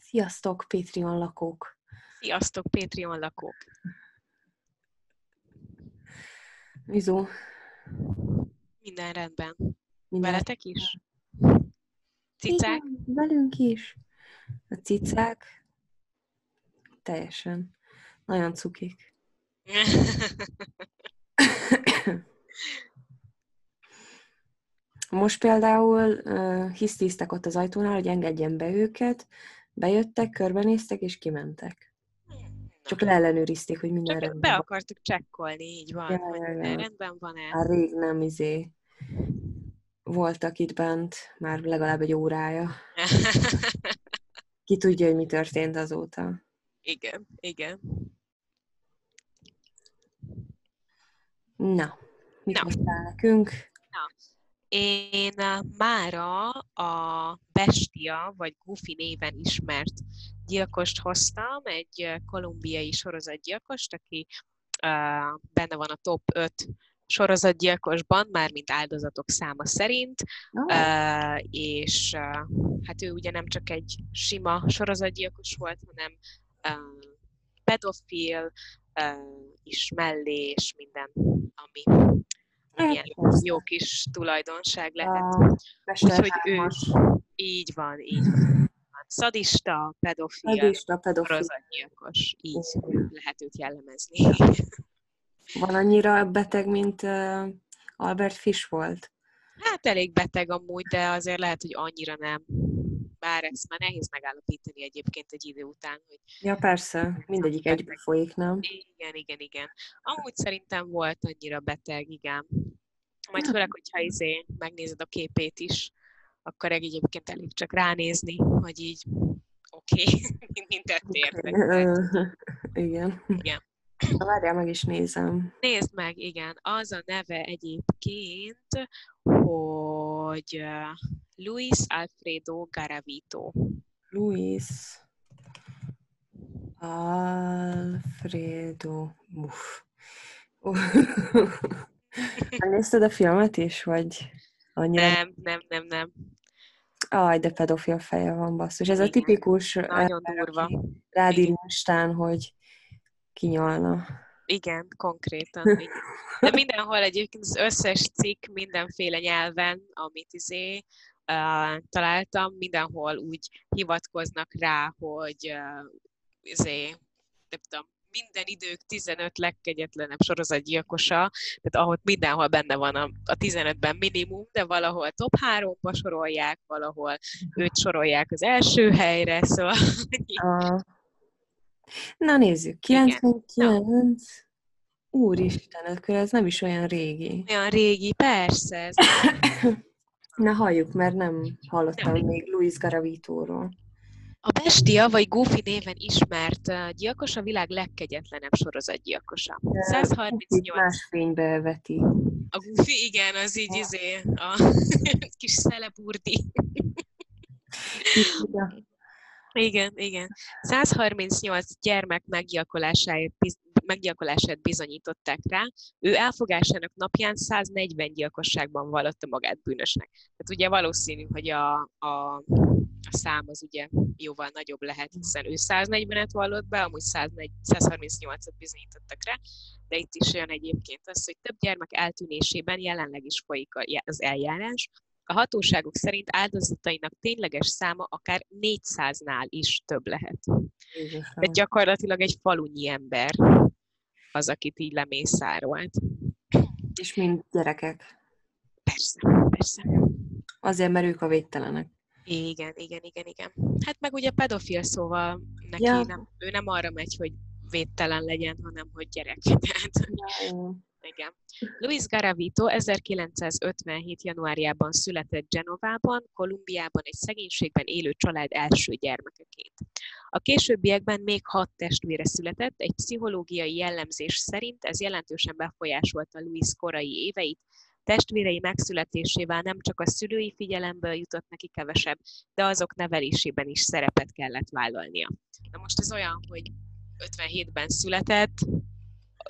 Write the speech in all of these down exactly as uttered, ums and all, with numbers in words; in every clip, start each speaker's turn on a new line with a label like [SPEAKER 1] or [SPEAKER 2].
[SPEAKER 1] Sziasztok, Patreon lakók!
[SPEAKER 2] Sziasztok, Patreon lakók!
[SPEAKER 1] Vizó.
[SPEAKER 2] Minden rendben.
[SPEAKER 1] Minden...
[SPEAKER 2] Veletek is? Cicák?
[SPEAKER 1] Igen, velünk is. A cicák teljesen nagyon cukik. Most például uh, hisztíztek ott az ajtónál, hogy engedjen be őket, bejöttek, körbenéztek és kimentek. Csak leellenőrizték, hogy minden
[SPEAKER 2] Csak
[SPEAKER 1] rendben
[SPEAKER 2] be
[SPEAKER 1] van.
[SPEAKER 2] akartuk csekkolni, így van,
[SPEAKER 1] Ja,
[SPEAKER 2] hogy
[SPEAKER 1] ja,
[SPEAKER 2] minden
[SPEAKER 1] ja.
[SPEAKER 2] rendben van-e.
[SPEAKER 1] Már rég nem izé voltak itt bent, már legalább egy órája. Ki tudja, hogy mi történt azóta.
[SPEAKER 2] Igen, igen.
[SPEAKER 1] Na, mit
[SPEAKER 2] Na.
[SPEAKER 1] hoztál nekünk?
[SPEAKER 2] Na. Én mára a Bestia, vagy Goofy néven ismert gyilkost hoztam, egy kolumbiai sorozatgyilkost, aki uh, benne van a top öt sorozatgyilkosban, mármint áldozatok száma szerint,
[SPEAKER 1] Oh.
[SPEAKER 2] uh, és uh, hát ő ugye nem csak egy sima sorozatgyilkos volt, hanem uh, pedofil uh, is mellé, és minden, ami ilyen jó kis tulajdonság lehet. Úgyhogy ő így van, így van. Szadista, pedofil,
[SPEAKER 1] Szadista, pedofil.
[SPEAKER 2] sorozatgyilkos. Így lehet őt jellemezni.
[SPEAKER 1] Van annyira beteg, mint uh, Albert Fish volt?
[SPEAKER 2] Hát elég beteg amúgy, de azért lehet, hogy annyira nem. Bár ezt már nehéz megállapítani egyébként egy idő után, hogy...
[SPEAKER 1] Ja, persze. Mindegyik egybe folyik, nem?
[SPEAKER 2] Igen, igen, igen. Amúgy szerintem volt annyira beteg, igen. Majd főleg, hogyha izé megnézed a képét is, akkor egyébként elég csak ránézni, hogy így oké, okay, mindent értek.
[SPEAKER 1] Igen.
[SPEAKER 2] Igen.
[SPEAKER 1] Na, várjál, meg is nézem.
[SPEAKER 2] Nézd meg, igen. Az a neve egyébként, hogy Luis Alfredo Garavito.
[SPEAKER 1] Luis Alfredo. Uff. Megnézted a filmet is, vagy annyira?
[SPEAKER 2] Nem, nem, nem, nem.
[SPEAKER 1] Aj, de pedofil feje van, basszus. Ez
[SPEAKER 2] igen.
[SPEAKER 1] a tipikus
[SPEAKER 2] nagyon durva.
[SPEAKER 1] rád ír Instán, hogy kinyalna.
[SPEAKER 2] Igen, konkrétan. Igen. De mindenhol egyébként az összes cikk mindenféle nyelven, amit izé uh, találtam, mindenhol úgy hivatkoznak rá, hogy uh, izé, nem tudom, minden idők tizenöt legkegyetlenebb sorozatgyilkosa, tehát ahol mindenhol benne van a, a tizenötben minimum, de valahol top háromba sorolják, valahol őt sorolják az első helyre, szóval...
[SPEAKER 1] A... Na nézzük, kilencvenkilenc. Úristen, akkor ez nem is olyan régi.
[SPEAKER 2] Olyan régi, persze. Ez...
[SPEAKER 1] Na halljuk, mert nem hallottam nem. még Luis Garavitóról.
[SPEAKER 2] A Bestia, vagy Goofy néven ismert uh, gyilkos a világ legkegyetlenebb sorozatgyilkosa. száz harmincnyolc...
[SPEAKER 1] Más fénybe veti.
[SPEAKER 2] A Goofy, igen, az így izé, a kis szeleburdi. Igen, igen. száz harmincnyolc gyermek meggyilkolását, meggyilkolását bizonyították rá. Ő elfogásának napján száznegyven gyilkosságban vallotta magát bűnösnek. Tehát ugye valószínű, hogy a, a, a szám az ugye jóval nagyobb lehet, hiszen ő száznegyvenet vallott be, amúgy száz harmincnyolcat bizonyítottak rá, de itt is olyan egyébként az, hogy több gyermek eltűnésében jelenleg is folyik az eljárás. A hatóságok szerint áldozatainak tényleges száma akár négyszáznál is több lehet. De gyakorlatilag egy falunyi ember az, akit így lemészárolt.
[SPEAKER 1] És mind gyerekek.
[SPEAKER 2] Persze, persze.
[SPEAKER 1] Azért, mert ők a védtelenek.
[SPEAKER 2] Igen, igen, igen, igen. Hát meg ugye pedofil, szóval neki ja. nem, ő nem arra megy, hogy védtelen legyen, hanem hogy gyerek. Tehát,
[SPEAKER 1] ja.
[SPEAKER 2] Igen. Luis Garavito ezerkilencszázötvenhét. januárjában született Genovában, Kolumbiában egy szegénységben élő család első gyermekeként. A későbbiekben még hat testvére született, egy pszichológiai jellemzés szerint ez jelentősen befolyásolta Luis korai éveit, testvérei megszületésével nem csak a szülői figyelemből jutott neki kevesebb, de azok nevelésében is szerepet kellett vállalnia. Na most ez olyan, hogy ötvenhétben született,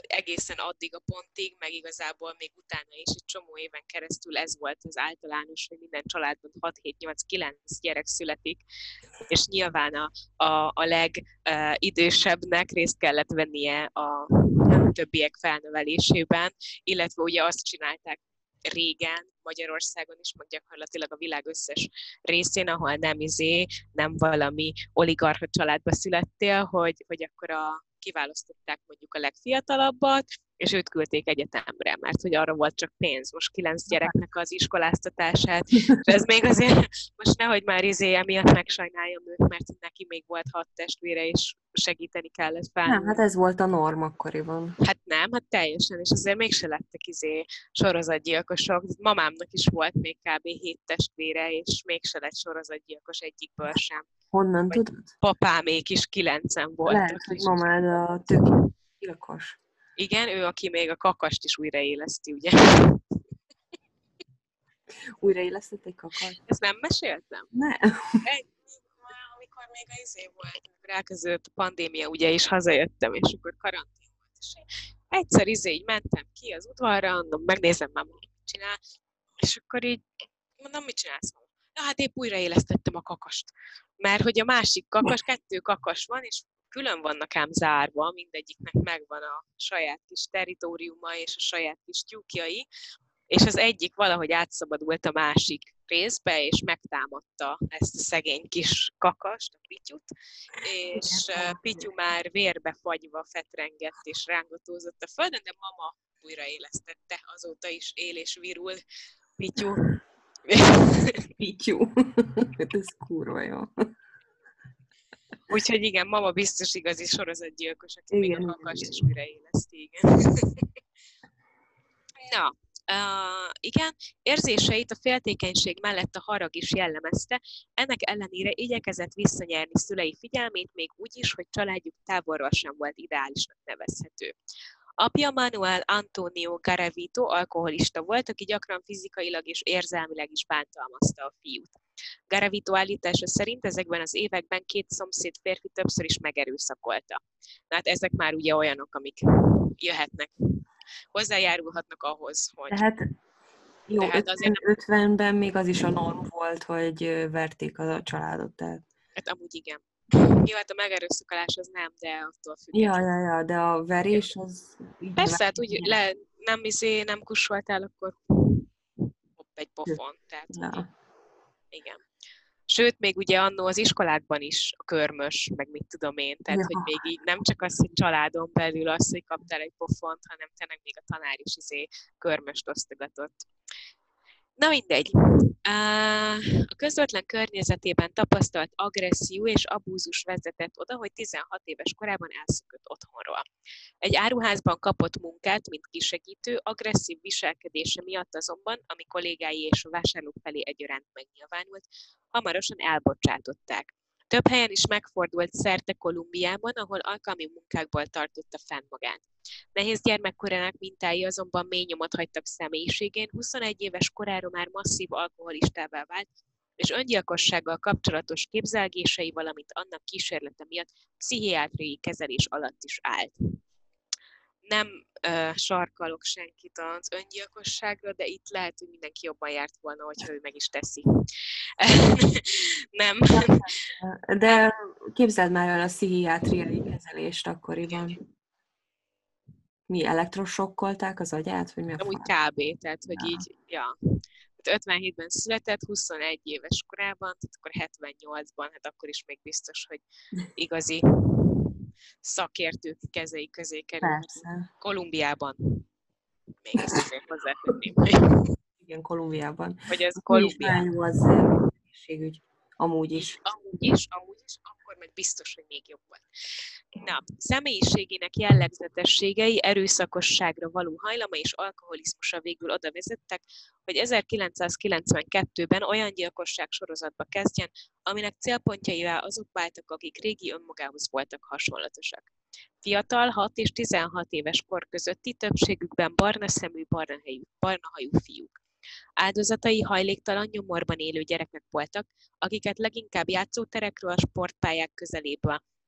[SPEAKER 2] egészen addig a pontig, meg igazából még utána is egy csomó éven keresztül ez volt az általános, hogy minden családban hat hét nyolc kilenc gyerek születik, és nyilván a, a, a legidősebbnek részt kellett vennie a többiek felnevelésében, illetve ugye azt csinálták régen Magyarországon is, meg gyakorlatilag a világ összes részén, ahol nem izé, nem valami oligarcha családba születtél, hogy, hogy akkor a, kiválasztották mondjuk a legfiatalabbat, és őt küldték egyetemre, mert hogy arra volt csak pénz, most kilenc gyereknek az iskoláztatását, és ez még azért, most nehogy már izé emiatt megsajnáljam őt, mert neki még volt hat testvére, és segíteni kellett fel.
[SPEAKER 1] Nem, hát ez volt a norm akkoriban.
[SPEAKER 2] Hát nem, hát teljesen, és azért mégse lettek izé sorozatgyilkosok. Mamámnak is volt még kb. hét testvére, és mégse lett sorozatgyilkos egyikből sem.
[SPEAKER 1] Honnan tudod?
[SPEAKER 2] Papámék is kilencen voltak.
[SPEAKER 1] Lehet, hogy mamád a tökéletes.
[SPEAKER 2] Igen, ő, aki még a kakast is újraéleszti, ugye?
[SPEAKER 1] Újraélesztett egy kakast?
[SPEAKER 2] Ezt nem meséltem?
[SPEAKER 1] Nem.
[SPEAKER 2] Egy, amikor még a izé volt, amikor elkezdődött a pandémia, ugye, és hazajöttem, és akkor karantén volt, és egyszer izé így mentem ki az udvarra, mondom, megnézem már, mit csinál, és akkor így, mondom, mit csinálsz? Na hát épp újraélesztettem a kakast. Mert hogy a másik kakas, kettő kakas van, és külön vannak ám zárva, mindegyiknek megvan a saját kis territóriuma és a saját kis tyúkjai, és az egyik valahogy átszabadult a másik részbe, és megtámadta ezt a szegény kis kakast, a Pityut, és Pityu már vérbe fagyva fetrengett és rángatózott a földön, de mama újraélesztette, azóta is él és virul Pityu.
[SPEAKER 1] Pityu. Ez kurva jó.
[SPEAKER 2] Úgyhogy igen, mama biztos igazi sorozatgyilkos, aki
[SPEAKER 1] igen,
[SPEAKER 2] még a kakast
[SPEAKER 1] igen.
[SPEAKER 2] is újraéleszti, igen. Na, uh, igen, érzéseit a féltékenység mellett a harag is jellemezte, ennek ellenére igyekezett visszanyerni szülei figyelmét, még úgy is, hogy családjuk távolról sem volt ideálisnak nevezhető. Apja Manuel Antonio Garavito alkoholista volt, aki gyakran fizikailag és érzelmileg is bántalmazta a fiút. Garavito állítása szerint ezekben az években két szomszéd férfi többször is megerőszakolta. Na hát ezek már ugye olyanok, amik jöhetnek, hozzájárulhatnak ahhoz, hogy...
[SPEAKER 1] Tehát jó,
[SPEAKER 2] Tehát azért nem...
[SPEAKER 1] ötvenben még az is a norm volt, hogy verték a családot, tehát...
[SPEAKER 2] Hát amúgy igen. Jó, hát a megerőszakolás az nem, de attól függ.
[SPEAKER 1] Ja, ja, ja, de a verés az...
[SPEAKER 2] Persze, hát úgy le, nem, izé, nem kussoltál, akkor hopp, egy pofon. Tehát,
[SPEAKER 1] ja.
[SPEAKER 2] Igen. Sőt, még ugye annó az iskolákban is a körmös, meg mit tudom én, tehát,
[SPEAKER 1] ja.
[SPEAKER 2] hogy még így nem csak az, hogy családon belül az, hogy kaptál egy pofont, hanem tényleg még a tanár is izé körmöst osztogatott. Na mindegy. A közvetlen környezetében tapasztalt agresszió és abúzus vezetett oda, hogy tizenhat éves korában elszökött otthonról. Egy áruházban kapott munkát, mint kisegítő, agresszív viselkedése miatt azonban, ami kollégái és a vásárlók felé egyaránt megnyilvánult, hamarosan elbocsátották. Több helyen is megfordult szerte Kolumbiában, ahol alkalmi munkákból tartotta fenn magát. Nehéz gyermekkorának mintái azonban mély nyomot hagytak személyiségén, huszonegy éves korára már masszív alkoholistává vált, és öngyilkossággal kapcsolatos képzelgései, valamint annak kísérlete miatt pszichiátriai kezelés alatt is állt. Nem uh, sarkalok senkit az öngyilkosságra, de itt lehet, hogy mindenki jobban járt volna, hogyha ő meg is teszi. Nem.
[SPEAKER 1] De képzeld már el a pszichiátriai kezelést akkoriban. Igen. Mi, elektrosokkolták az agyát? Vagy mi a
[SPEAKER 2] úgy kb. Tehát, hogy ja. így, ja. ötvenhétben született, huszonegy éves korában, tehát akkor hetvennyolcban, hát akkor is még biztos, hogy igazi szakértők kezei közé került.
[SPEAKER 1] Persze.
[SPEAKER 2] Kolumbiában. Még ezt azért hozzátenném, hogy...
[SPEAKER 1] Igen, Kolumbiában.
[SPEAKER 2] Hogy ez Kolumbiában.
[SPEAKER 1] Jó az egészségügy. Amúgy is.
[SPEAKER 2] Amúgy is, amúgy is, akkor meg biztos, hogy még jobb volt. Na, személyiségének jellegzetességei, erőszakosságra való hajlama és alkoholizmusa végül oda vezettek, hogy ezerkilencszázkilencvenkettőben olyan gyilkosság sorozatba kezdjen, aminek célpontjaivá azok váltak, akik régi önmagához voltak hasonlatosak. Fiatal, hat és tizenhat éves kor közötti, többségükben barna szemű, barna hajú, barna hajú fiúk. Áldozatai hajléktalan, nyomorban élő gyerekek voltak, akiket leginkább játszóterekről, sportpályák közeléből,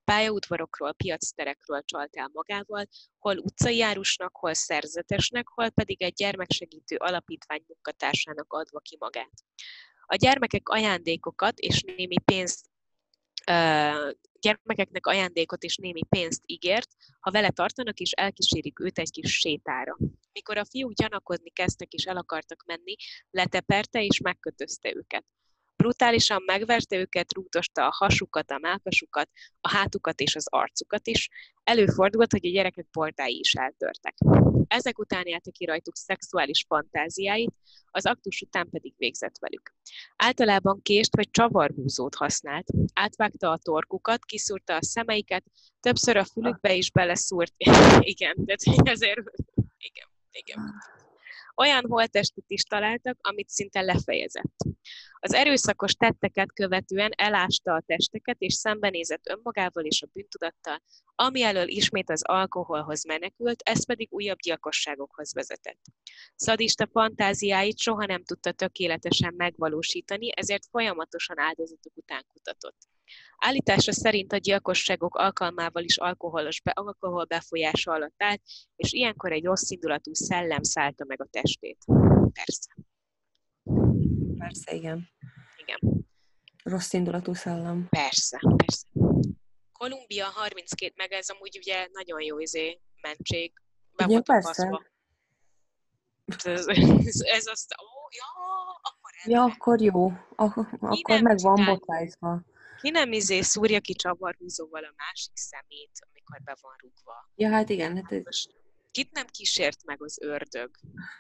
[SPEAKER 2] pályaudvarokról, piacterekről csalt el magával, hol utcai árusnak, hol szerzetesnek, hol pedig egy gyermeksegítő alapítvány munkatársának adva ki magát. A gyermekek ajándékokat és némi pénzt Uh, gyermekeknek ajándékot és némi pénzt ígért, ha vele tartanak és elkísérik őt egy kis sétára. Mikor a fiúk gyanakodni kezdtek és el akartak menni, leteperte és megkötözte őket. Brutálisan megverte őket, rúgdosta a hasukat, a mellkasukat, a hátukat és az arcukat is. Előfordult, hogy a gyerekek boltái is eltörtek. Ezek után élte ki rajtuk szexuális fantáziáit, az aktus után pedig végzett velük. Általában kést vagy csavarhúzót használt, átvágta a torkukat, kiszúrta a szemeiket, többször a fülükbe is beleszúrt. Igen, de ezért... Igen, igen. Olyan holttestet is találtak, amit szinte lefejezett. Az erőszakos tetteket követően elásta a testeket, és szembenézett önmagával és a bűntudattal, ami elől ismét az alkoholhoz menekült, ez pedig újabb gyilkosságokhoz vezetett. Szadista fantáziáit soha nem tudta tökéletesen megvalósítani, ezért folyamatosan áldozatok után kutatott. Állítása szerint a gyilkosságok alkalmával is alkoholos be, alkohol befolyása alatt állt, és ilyenkor egy rosszindulatú szellem szállta meg a testét. Persze.
[SPEAKER 1] Persze, igen.
[SPEAKER 2] Igen.
[SPEAKER 1] Rosszindulatú szellem.
[SPEAKER 2] Persze, persze. Kolumbia harminckét, meg ez amúgy ugye nagyon jó izé, mentség. Be
[SPEAKER 1] Ugye,
[SPEAKER 2] voltak
[SPEAKER 1] persze.
[SPEAKER 2] baszva. Ez, ez, ez azt, ó, ja, akkor ez.
[SPEAKER 1] Ja, akkor jó. Ak- akkor meg van botlájtva.
[SPEAKER 2] Ki nem izé szúrja ki csavarhúzóval a másik szemét, amikor be van rúgva.
[SPEAKER 1] Ja, hát igen. Hát ez...
[SPEAKER 2] Most kit nem kísért meg az ördög?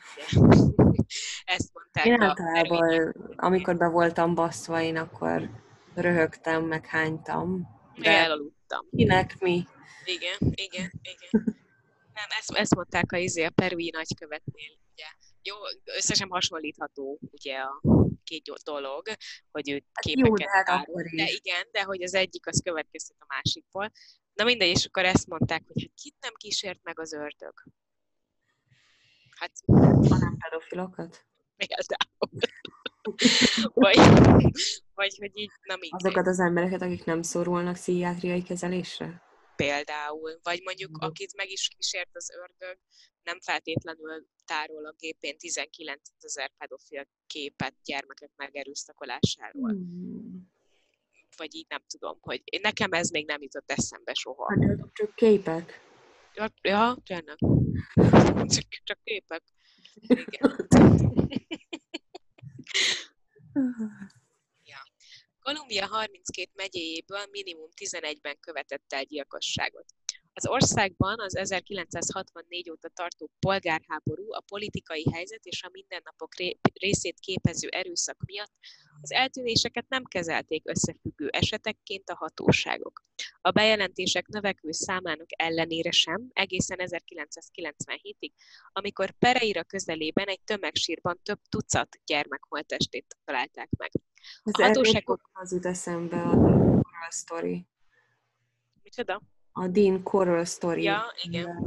[SPEAKER 2] Ezt mondták
[SPEAKER 1] Én
[SPEAKER 2] a
[SPEAKER 1] általában,
[SPEAKER 2] pervények.
[SPEAKER 1] amikor be voltam baszva, én akkor röhögtem, meg hánytam.
[SPEAKER 2] De elaludtam.
[SPEAKER 1] Kinek mi?
[SPEAKER 2] Igen, igen, igen. Nem, ezt, ezt mondták a, izé, a perui nagykövetnél. Ugye. Jó, össze sem hasonlítható ugye a két dolog, hogy ő képeket
[SPEAKER 1] hát
[SPEAKER 2] árul. De igen, de hogy az egyik az következtet a másikból. Na mindegy, és akkor ezt mondták, hogy hát kit nem kísért meg az ördög? Hát...
[SPEAKER 1] Ha nem pedofilokat?
[SPEAKER 2] Például. vagy, vagy, hogy így, na mindegy.
[SPEAKER 1] Azokat az embereket, akik nem szorulnak pszichiátriai kezelésre?
[SPEAKER 2] Például. Vagy mondjuk, akit meg is kísért az ördög, nem feltétlenül tárol a gépén tizenkilencezer pedofil képet gyermekek megerőszakolásáról. Hmm. Vagy így nem tudom, hogy nekem ez még nem jutott eszembe soha.
[SPEAKER 1] Hát csak képek.
[SPEAKER 2] Ja, ja tényleg. Csak, csak képek. Igen. Ja. Kolumbia harminckét megyéjéből minimum tizenegyben követett el gyilkosságot. Az országban az ezerkilencszázhatvannégy óta tartó polgárháború, a politikai helyzet és a mindennapok részét képező erőszak miatt az eltűnéseket nem kezelték összefüggő esetekként a hatóságok. A bejelentések növekvő számának ellenére sem, egészen ezerkilencszázkilencvenhétig, amikor Pereira közelében egy tömegsírban több tucat gyermek holttestét találták meg.
[SPEAKER 1] A hatóságok... Az jut eszembe a Dean Corll Story.
[SPEAKER 2] Micsoda?
[SPEAKER 1] A Dean Corll Story.
[SPEAKER 2] Ja, igen.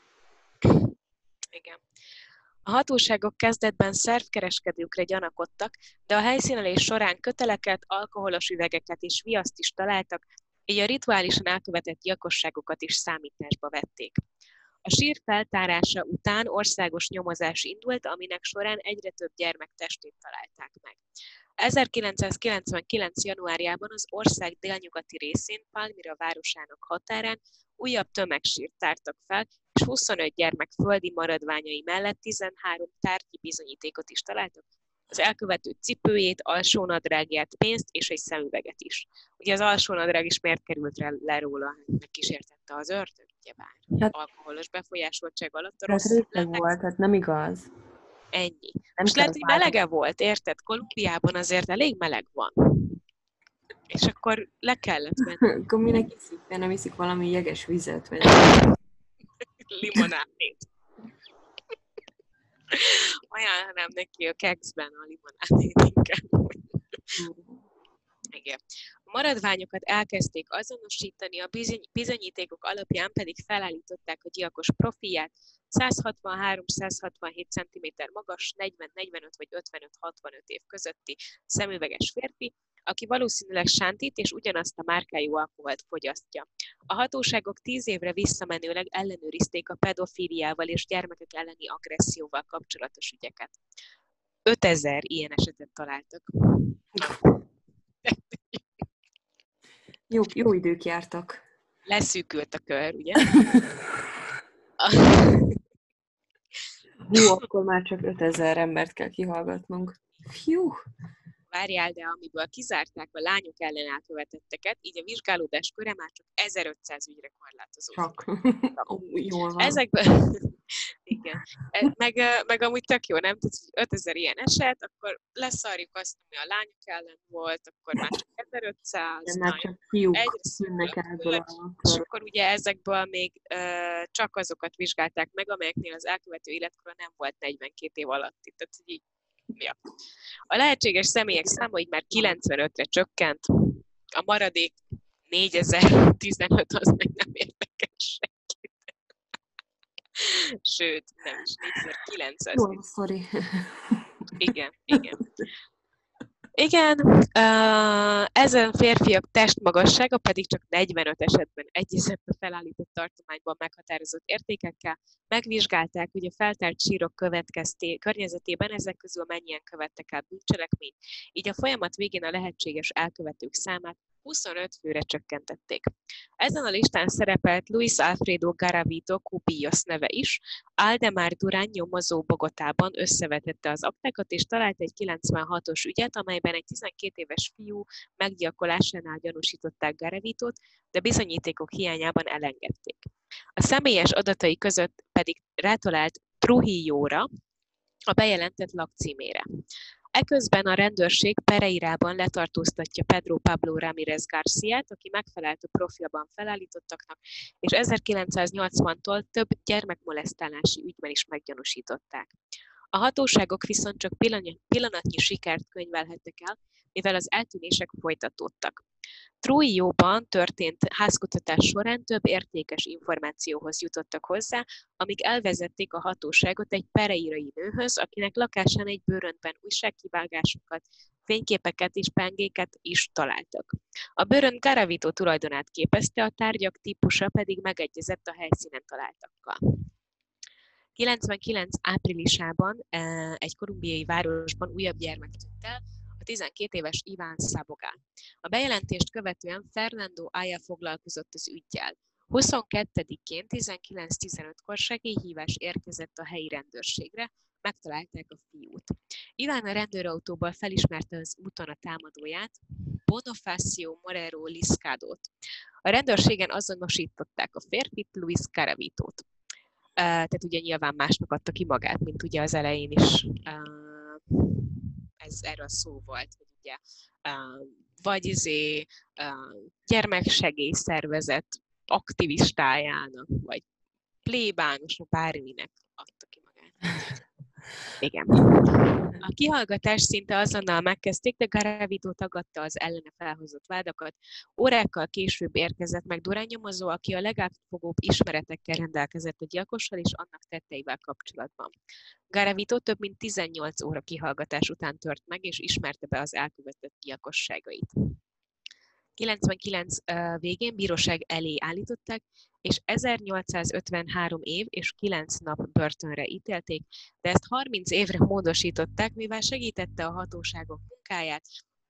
[SPEAKER 2] Igen. A hatóságok kezdetben szervkereskedőkre gyanakodtak, de a helyszínelés során köteleket, alkoholos üvegeket és viaszt is találtak, így a rituálisan elkövetett gyilkosságokat is számításba vették. A sír feltárása után országos nyomozás indult, aminek során egyre több gyermek testét találták meg. ezerkilencszázkilencvenkilenc. januárjában az ország délnyugati részén, Palmira városának határán újabb tömegsírt tártak fel, és huszonöt gyermek földi maradványai mellett tizenhárom tárgyi bizonyítékot is találtak, az elkövető cipőjét, alsónadrágját, pénzt és egy szemüveget is. Ugye az alsónadrág is miért került le róla, megkísértette az ördög, ugyebár. Hát, alkoholos befolyásoltság alatt a rossz
[SPEAKER 1] születek. volt, tehát nem igaz.
[SPEAKER 2] Ennyi. Nem most lehet, hogy melege volt, érted? Kolumbiában azért elég meleg van. És akkor le kellett menni.
[SPEAKER 1] Akkor minek iszik, mert nem iszik valami jeges vizet, vagy...
[SPEAKER 2] Limonádét. Ajánlanám neki a kekszben a limonádét inkább. Igen. A maradványokat elkezdték azonosítani, a bizony, bizonyítékok alapján pedig felállították a gyilkos profilját, száz hatvanhárom száz hatvanhét centiméter magas, negyven negyvenöt vagy ötvenöt hatvanöt év közötti szemüveges férfi, aki valószínűleg sántít és ugyanazt a márkájú alkoholt fogyasztja. A hatóságok tíz évre visszamenőleg ellenőrizték a pedofíliával és gyermekek elleni agresszióval kapcsolatos ügyeket. ötezer ilyen esetet találtak.
[SPEAKER 1] Jó, jó idők jártak.
[SPEAKER 2] Leszűkült a kör, ugye?
[SPEAKER 1] Jó, akkor már csak ötezer embert kell kihallgatnunk. Fiú!
[SPEAKER 2] Várjál, de amiből kizárták a lányok ellen elkövetetteket, így a vizsgálódás köre már csak ezerötszáz ügyre korlátozódott.
[SPEAKER 1] Csak. Ó, jól van.
[SPEAKER 2] Ezekből, igen, meg, meg amúgy tök jó, nem? Tehát, hogy ötezer ilyen eset, akkor leszarjuk azt, ami a lányok ellen volt, akkor már csak ezerötszáz,
[SPEAKER 1] De már csak fiúk
[SPEAKER 2] egyre
[SPEAKER 1] jönnek ebből a
[SPEAKER 2] és akkor ugye ezekből még uh, csak azokat vizsgálták meg, amelyeknél az elkövető életkora nem volt negyvenkét év alatti. Tehát, hogy így, ja. A lehetséges személyek száma így már kilencvenötre csökkent, a maradék négyezer-tizenöt az meg nem érdekes senkit. Sőt, nem is, négyezer-kilencszáz.
[SPEAKER 1] Jó, sorry.
[SPEAKER 2] Igen, igen. Igen, uh, ezen férfiak testmagassága pedig csak negyvenöt esetben egyezett a felállított tartományban meghatározott értékekkel. Megvizsgálták, hogy a feltárt sírok következté, környezetében ezek közül mennyien követtek el bűncselekményt, így a folyamat végén a lehetséges elkövetők számát huszonöt főre csökkentették. Ezen a listán szerepelt Luis Alfredo Garavito Cubillos neve is. Aldemar Durán nyomozó Bogotában összevetette az aktákat, és talált egy kilencvenhatos ügyet, amelyben egy tizenkét éves fiú meggyilkolásánál gyanúsították Garavitot, de bizonyítékok hiányában elengedték. A személyes adatai között pedig rátalált Trujillóra, a bejelentett lakcímére. Eközben a rendőrség Pereirában letartóztatja Pedro Pablo Ramírez Garciát, aki megfelelt a profilban felállítottaknak, és ezerkilencszáznyolcvantól több gyermekmolesztálási ügyben is meggyanúsították. A hatóságok viszont csak pillanatnyi sikert könyvelhettek el, mivel az eltűnések folytatódtak. Trujillóban történt házkutatás során több értékes információhoz jutottak hozzá, amik elvezették a hatóságot egy pereirai nőhöz, akinek lakásán egy bőröntben újságkivágásokat, fényképeket és pengéket is találtak. A bőrönt Garavito tulajdonát képezte, a tárgyak típusa pedig megegyezett a helyszínen találtakkal. kilencvenkilenc áprilisában egy kolumbiai városban újabb gyermek tűnt el, a tizenkét éves Iván Szabogán. A bejelentést követően Fernando Aya foglalkozott az üggyel. huszonkettedikén tizenkilenc tizenötkor segélyhívás érkezett a helyi rendőrségre, megtalálták a fiút. Iván a rendőrautóból felismerte az úton a támadóját, Bonifacio Morero Liscadót. A rendőrségen azonosították a férfit, Luis Garavitót. Uh, tehát ugye nyilván másnak adta ki magát, mint ugye az elején is uh, ez erről szó volt, hogy ugye uh, vagy izé uh, gyermeksegélyszervezet aktivistájának, vagy plébánosnak, bárminek adta ki magát. Igen. A kihallgatást szinte azonnal megkezdték, de Garavito tagadta az ellene felhozott vádakat. Órákkal később érkezett meg Durán nyomozó, aki a legátfogóbb ismeretekkel rendelkezett a gyilkossal és annak tetteivel kapcsolatban. Garavito több mint tizennyolc óra kihallgatás után tört meg, és ismerte be az elkövetett gyilkosságait. kilencvenkilenc végén bíróság elé állították, és ezernyolcszázötvenhárom év és kilenc nap börtönre ítélték, de ezt harminc évre módosították, mivel segítette a hatóságok munkáját,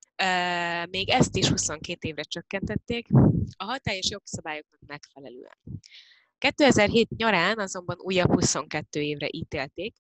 [SPEAKER 2] még ezt is huszonkét évre csökkentették, a hatályos jogszabályoknak megfelelően. kétezer-hét nyarán azonban újabb huszonkettő évre ítélték.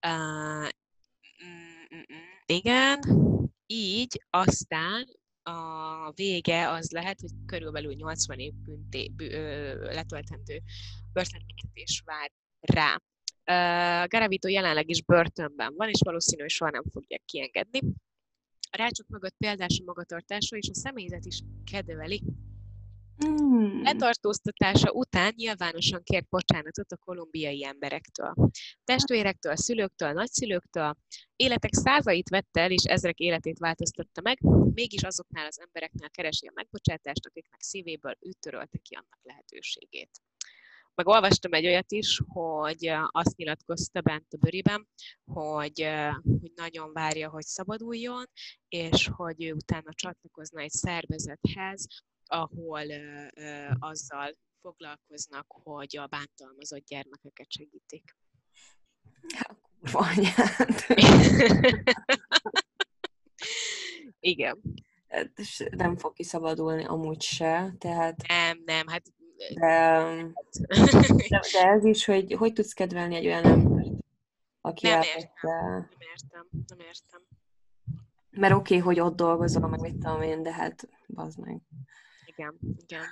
[SPEAKER 2] Igen, így aztán a vége az lehet, hogy körülbelül nyolcvan év bünté, bű, letöltendő börtönbüntetés vár rá. Uh, Garavito jelenleg is börtönben van, és valószínűleg soha nem fogják kiengedni. A rácsok mögött példás a magatartása, és a személyzet is kedveli. Mm. Letartóztatása után nyilvánosan kért bocsánatot a kolumbiai emberektől. Testvérektől, szülőktől, nagyszülőktől, életek százait vette el, és ezrek életét változtatta meg, mégis azoknál az embereknél keresi a megbocsátást, akiknek szívéből ő törölte ki annak lehetőségét. meg olvastam egy olyat is, hogy azt nyilatkozta bent a bőriben, hogy, hogy nagyon várja, hogy szabaduljon, és hogy ő utána csatlakozna egy szervezethez, ahol uh, uh, azzal foglalkoznak, hogy a bántalmazott gyermekeket segítik.
[SPEAKER 1] Kurva anyád.
[SPEAKER 2] Igen.
[SPEAKER 1] Nem fog kiszabadulni amúgy se, tehát...
[SPEAKER 2] Nem, nem, hát...
[SPEAKER 1] De, de, de ez is, hogy hogy tudsz kedvelni egy olyan embert, aki
[SPEAKER 2] nem
[SPEAKER 1] elvette...
[SPEAKER 2] értem, nem értem, nem értem.
[SPEAKER 1] Mert oké, okay, hogy ott dolgozol, meg mit tudom én, de hát bazd meg.
[SPEAKER 2] Igen, igen.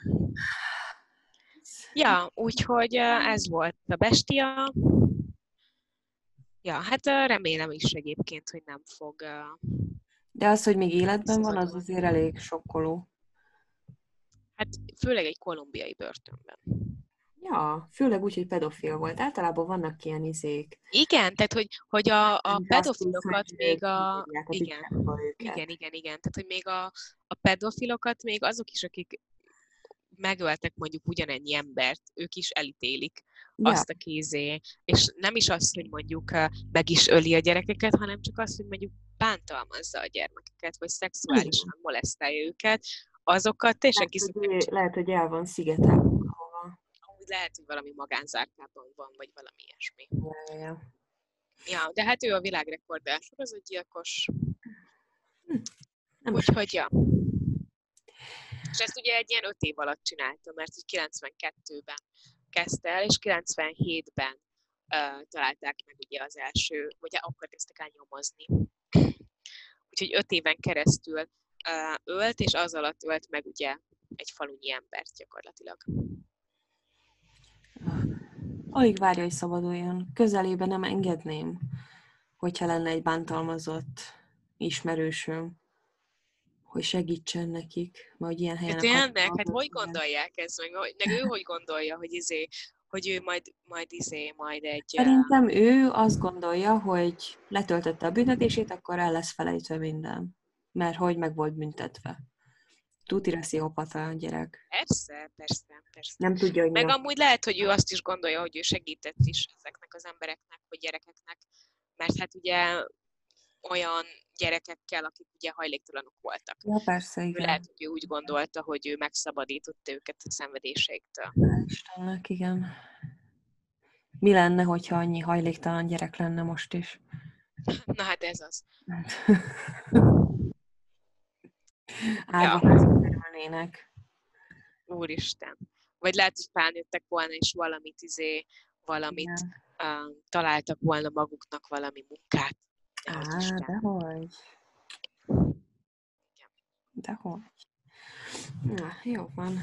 [SPEAKER 2] Ja, úgyhogy ez volt a bestia. Ja, hát remélem is egyébként, hogy nem fog...
[SPEAKER 1] De az, hogy még életben van, az azért elég sokkoló.
[SPEAKER 2] Hát főleg egy kolumbiai börtönben.
[SPEAKER 1] Ja, főleg úgy, hogy pedofil volt. Általában vannak ilyen izék.
[SPEAKER 2] Igen, tehát hogy, hogy a, a pedofilokat még a... Igen, igen, igen, igen. Tehát, hogy még a, a pedofilokat még azok is, akik megöltek mondjuk ugyanennyi embert, ők is elítélik ja. azt a kézé. És nem is az, hogy mondjuk meg is öli a gyerekeket, hanem csak az, hogy mondjuk bántalmazza a gyermekeket, vagy szexuálisan igen. molesztálja őket. Azokat teljesen
[SPEAKER 1] kiszokják. Lehet, hogy el van szigetelve.
[SPEAKER 2] Lehet, hogy valami magánzárkában van, vagy valami ilyesmi.
[SPEAKER 1] Ja, ja.
[SPEAKER 2] Ja, de hát ő a világrekord elsorozatgyilkos.
[SPEAKER 1] Hm.
[SPEAKER 2] Úgyhogy, ja. És ezt ugye egy ilyen öt év alatt csinálta, mert hogy kilencvenkettőben kezdte el, és kilencvenhétben uh, találták meg ugye az első, vagy akkor kezdtek el nyomozni. Úgyhogy öt éven keresztül uh, ölt, és az alatt ölt meg ugye egy falunyi embert gyakorlatilag.
[SPEAKER 1] Alig várja, hogy szabaduljon. Közelébe nem engedném, hogyha lenne egy bántalmazott ismerősöm, hogy segítsen nekik, vagy ilyen helyen
[SPEAKER 2] hát tényleg, hát hogy gondolják ezt, meg, meg ő hogy gondolja, hogy izé, hogy ő majd, majd izé, majd egy...
[SPEAKER 1] Szerintem ő azt gondolja, hogy letöltötte a büntetését, akkor el lesz felejtve minden. Mert hogy meg volt büntetve. Tutira pszichopata a gyerek.
[SPEAKER 2] Persze, persze, persze.
[SPEAKER 1] Nem tudja, hogy
[SPEAKER 2] meg
[SPEAKER 1] mi a...
[SPEAKER 2] amúgy lehet, hogy ő azt is gondolja, hogy ő segített is ezeknek az embereknek, vagy gyerekeknek, mert hát ugye olyan gyerekekkel, akik ugye hajléktalanok voltak.
[SPEAKER 1] Ja, persze, igen.
[SPEAKER 2] Ő lehet, hogy ő úgy gondolta, hogy ő megszabadította őket a szenvedéseiktől.
[SPEAKER 1] Istennek, igen. Mi lenne, hogyha annyi hajléktalan gyerek lenne most is?
[SPEAKER 2] Na hát ez az.
[SPEAKER 1] Árvakra kerülnének.
[SPEAKER 2] Úristen. Vagy lehet, hogy felnőttek volna, és valamit izé, valamit uh, találtak volna maguknak valami munkát.
[SPEAKER 1] Á, dehogy. Dehogy. Na, jó van.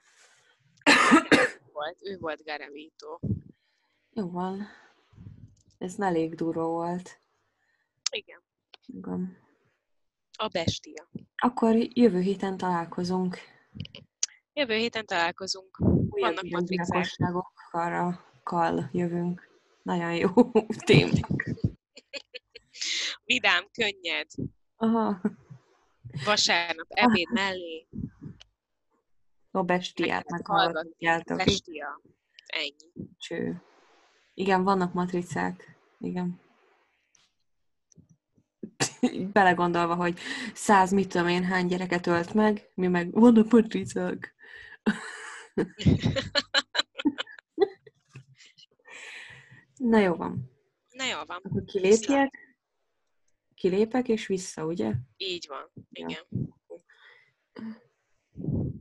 [SPEAKER 2] Volt, ő volt Garavito.
[SPEAKER 1] Jó van. Ez elég durva volt.
[SPEAKER 2] Igen.
[SPEAKER 1] Igen.
[SPEAKER 2] A bestia.
[SPEAKER 1] Akkor jövő héten találkozunk.
[SPEAKER 2] Jövő héten találkozunk.
[SPEAKER 1] Újabb
[SPEAKER 2] Vannak matricák.
[SPEAKER 1] Újabb jövünk. Nagyon jó témák.
[SPEAKER 2] Vidám, könnyed.
[SPEAKER 1] Aha.
[SPEAKER 2] Vasárnap ebéd mellé.
[SPEAKER 1] A bestiát meghallgatjátok.
[SPEAKER 2] Bestia. Ennyi.
[SPEAKER 1] Cső. Igen, vannak matricák. Igen. Belegondolva, hogy száz mit tudom én hány gyereket ölt meg, mi meg vannak matricák. Na jó van.
[SPEAKER 2] Na jó van.
[SPEAKER 1] Akkor kilépjek, kilépek és vissza, ugye?
[SPEAKER 2] Így van, igen.
[SPEAKER 1] Ja.